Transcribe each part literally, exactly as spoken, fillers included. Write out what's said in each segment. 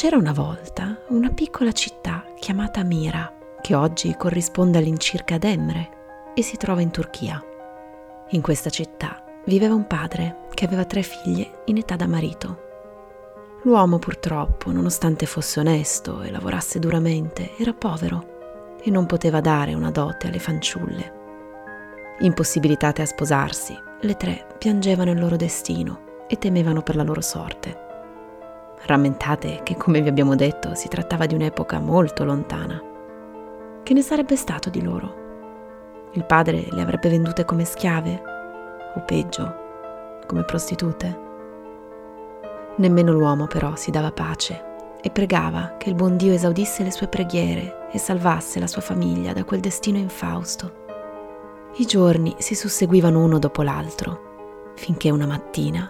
C'era una volta una piccola città chiamata Mira, che oggi corrisponde all'incirca ad Emre e si trova in Turchia. In questa città viveva un padre che aveva tre figlie in età da marito. L'uomo purtroppo, nonostante fosse onesto e lavorasse duramente, era povero e non poteva dare una dote alle fanciulle. Impossibilitate a sposarsi, le tre piangevano il loro destino e temevano per la loro sorte. Rammentate che, come vi abbiamo detto, si trattava di un'epoca molto lontana. Che ne sarebbe stato di loro? Il padre le avrebbe vendute come schiave? O peggio, come prostitute? Nemmeno l'uomo però si dava pace e pregava che il buon Dio esaudisse le sue preghiere e salvasse la sua famiglia da quel destino infausto. I giorni si susseguivano uno dopo l'altro, finché una mattina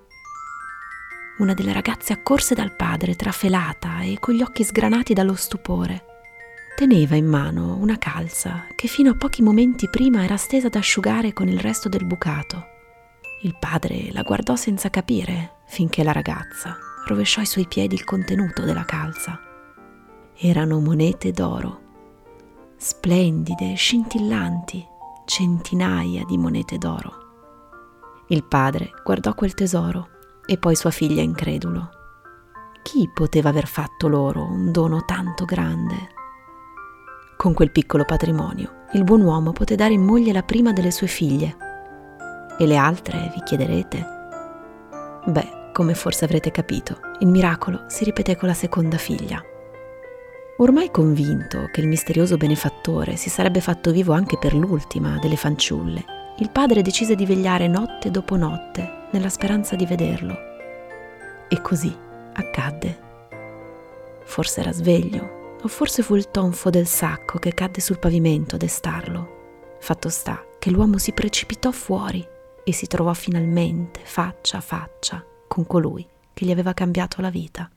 una delle ragazze accorse dal padre trafelata e con gli occhi sgranati dallo stupore. Teneva in mano una calza che fino a pochi momenti prima era stesa ad asciugare con il resto del bucato. Il padre la guardò senza capire, finché la ragazza rovesciò ai suoi piedi il contenuto della calza. Erano monete d'oro, splendide, scintillanti, centinaia di monete d'oro. Il padre guardò quel tesoro e poi sua figlia incredulo. Chi poteva aver fatto loro un dono tanto grande? Con quel piccolo patrimonio, il buon uomo poté dare in moglie la prima delle sue figlie. E le altre, vi chiederete? Beh, come forse avrete capito, il miracolo si ripeté con la seconda figlia. Ormai convinto che il misterioso benefattore si sarebbe fatto vivo anche per l'ultima delle fanciulle, il padre decise di vegliare notte dopo notte nella speranza di vederlo. E così accadde. Forse era sveglio, o forse fu il tonfo del sacco che cadde sul pavimento a destarlo. Fatto sta che l'uomo si precipitò fuori e si trovò finalmente faccia a faccia con colui che gli aveva cambiato la vita.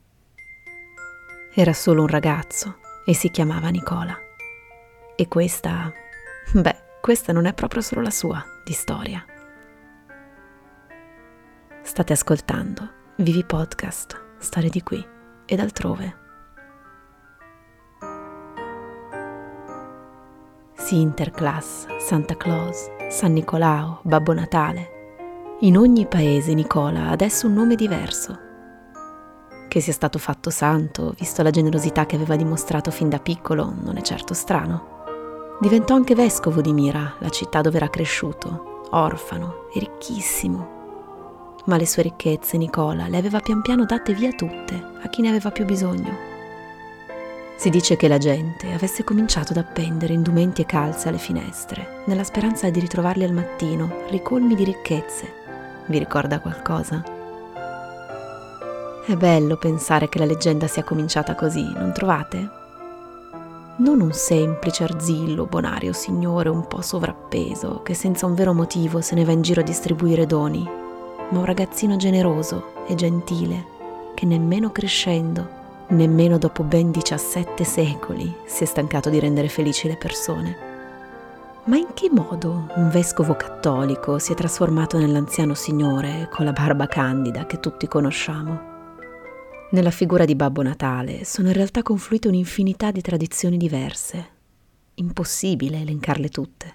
Era solo un ragazzo e si chiamava Nicola. E questa, beh, questa non è proprio solo la sua di storia. State ascoltando Vivi Podcast, storie di qui ed altrove. Sinterklaas, Santa Claus, San Nicolao, Babbo Natale. In ogni paese Nicola ha adesso un nome diverso. Che sia stato fatto santo, visto la generosità che aveva dimostrato fin da piccolo, non è certo strano. Diventò anche vescovo di Mira, la città dove era cresciuto, orfano e ricchissimo. Ma le sue ricchezze Nicola le aveva pian piano date via tutte a chi ne aveva più bisogno. Si dice che la gente avesse cominciato ad appendere indumenti e calze alle finestre, nella speranza di ritrovarli al mattino ricolmi di ricchezze. Vi ricorda qualcosa? È bello pensare che la leggenda sia cominciata così, non trovate? Non un semplice arzillo, bonario signore un po' sovrappeso che senza un vero motivo se ne va in giro a distribuire doni, ma un ragazzino generoso e gentile che nemmeno crescendo, nemmeno dopo ben diciassette secoli, si è stancato di rendere felici le persone. Ma in che modo un vescovo cattolico si è trasformato nell'anziano signore con la barba candida che tutti conosciamo? Nella figura di Babbo Natale sono in realtà confluite un'infinità di tradizioni diverse. Impossibile elencarle tutte.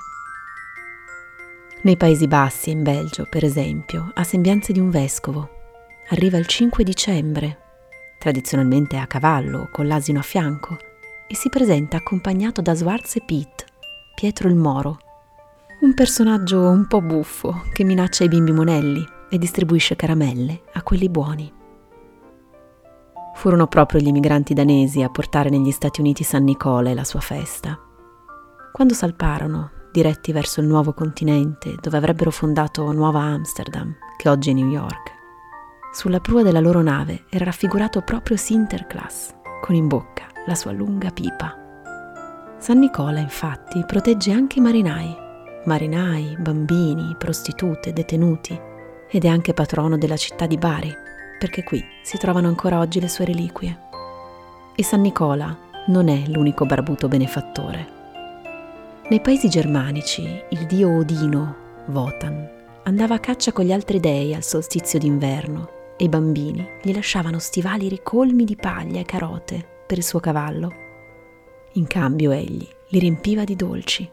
Nei Paesi Bassi e in Belgio, per esempio, ha sembianze di un vescovo. Arriva il cinque dicembre, tradizionalmente a cavallo, con l'asino a fianco, e si presenta accompagnato da Zwarte Piet, Pietro il Moro, un personaggio un po' buffo che minaccia i bimbi monelli e distribuisce caramelle a quelli buoni. Furono proprio gli immigranti danesi a portare negli Stati Uniti San Nicola e la sua festa. Quando salparono, diretti verso il nuovo continente, dove avrebbero fondato Nuova Amsterdam, che oggi è New York, sulla prua della loro nave era raffigurato proprio Sinterklaas, con in bocca la sua lunga pipa. San Nicola, infatti, protegge anche i marinai, marinai, bambini, prostitute, detenuti, ed è anche patrono della città di Bari, perché qui si trovano ancora oggi le sue reliquie. E San Nicola non è l'unico barbuto benefattore. Nei paesi germanici il dio Odino, Wotan, andava a caccia con gli altri dei al solstizio d'inverno e i bambini gli lasciavano stivali ricolmi di paglia e carote per il suo cavallo. In cambio egli li riempiva di dolci.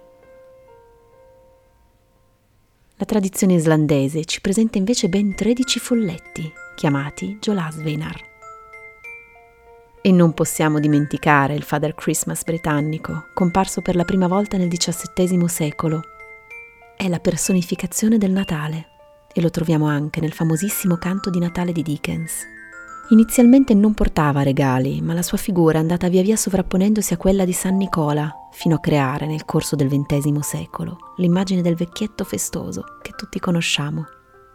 La tradizione islandese ci presenta invece ben tredici folletti, chiamati Jólasveinar. E non possiamo dimenticare il Father Christmas britannico, comparso per la prima volta nel diciassettesimo secolo. È la personificazione del Natale e lo troviamo anche nel famosissimo canto di Natale di Dickens. Inizialmente non portava regali, ma la sua figura è andata via via sovrapponendosi a quella di San Nicola, fino a creare, nel corso del ventesimo secolo, l'immagine del vecchietto festoso che tutti conosciamo.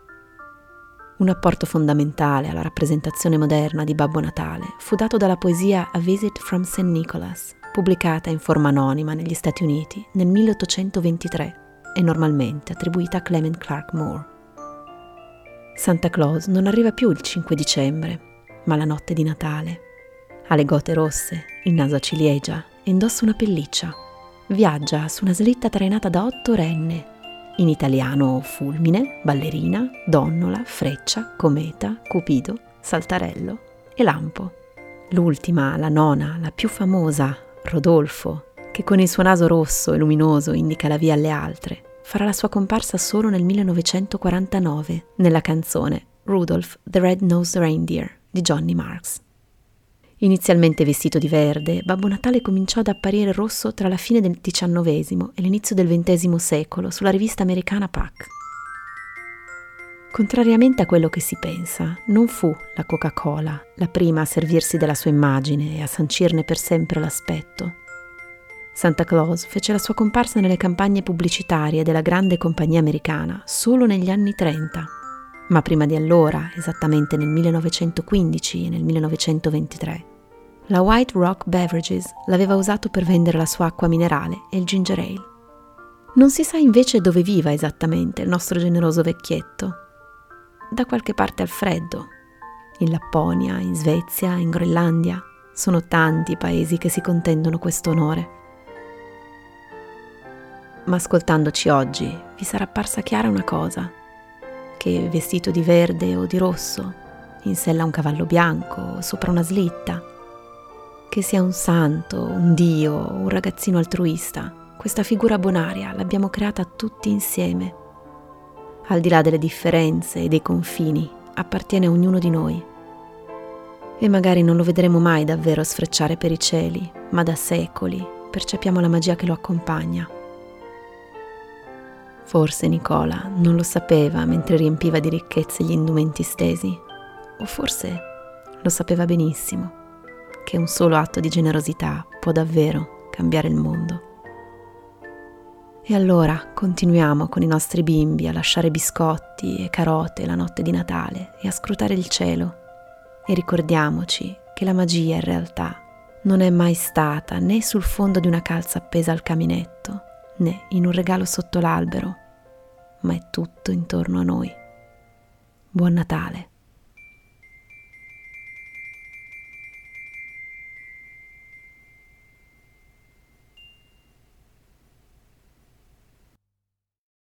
Un apporto fondamentale alla rappresentazione moderna di Babbo Natale fu dato dalla poesia A Visit from Saint Nicholas, pubblicata in forma anonima negli Stati Uniti nel milleottocentoventitré e normalmente attribuita a Clement Clarke Moore. Santa Claus non arriva più il cinque dicembre, ma la notte di Natale. Ha le gote rosse, il naso a ciliegia e indossa una pelliccia. Viaggia su una slitta trainata da otto renne. In italiano fulmine, ballerina, donnola, freccia, cometa, cupido, saltarello e lampo. L'ultima, la nona, la più famosa, Rodolfo, che con il suo naso rosso e luminoso indica la via alle altre, farà la sua comparsa solo nel millenovecentoquarantanove nella canzone Rudolph the Red-Nosed Reindeer di Johnny Marks. Inizialmente vestito di verde, Babbo Natale cominciò ad apparire rosso tra la fine del diciannovesimo e l'inizio del ventesimo secolo sulla rivista americana Puck. Contrariamente a quello che si pensa, non fu la Coca-Cola la prima a servirsi della sua immagine e a sancirne per sempre l'aspetto. Santa Claus fece la sua comparsa nelle campagne pubblicitarie della grande compagnia americana solo negli anni trenta. Ma prima di allora, esattamente nel millenovecentoquindici e nel millenovecentoventitré, la White Rock Beverages l'aveva usato per vendere la sua acqua minerale e il ginger ale. Non si sa invece dove viva esattamente il nostro generoso vecchietto. Da qualche parte al freddo. In Lapponia, in Svezia, in Groenlandia. Sono tanti i paesi che si contendono questo onore. Ma ascoltandoci oggi vi sarà apparsa chiara una cosa: che vestito di verde o di rosso, in sella a un cavallo bianco o sopra una slitta, che sia un santo, un dio o un ragazzino altruista, questa figura bonaria l'abbiamo creata tutti insieme. Al di là delle differenze e dei confini, appartiene a ognuno di noi. E magari non lo vedremo mai davvero sfrecciare per i cieli, ma da secoli percepiamo la magia che lo accompagna. Forse Nicola non lo sapeva mentre riempiva di ricchezze gli indumenti stesi, o forse lo sapeva benissimo, che un solo atto di generosità può davvero cambiare il mondo. E allora continuiamo con i nostri bimbi a lasciare biscotti e carote la notte di Natale e a scrutare il cielo, e ricordiamoci che la magia in realtà non è mai stata né sul fondo di una calza appesa al caminetto, né in un regalo sotto l'albero, ma è tutto intorno a noi. Buon Natale!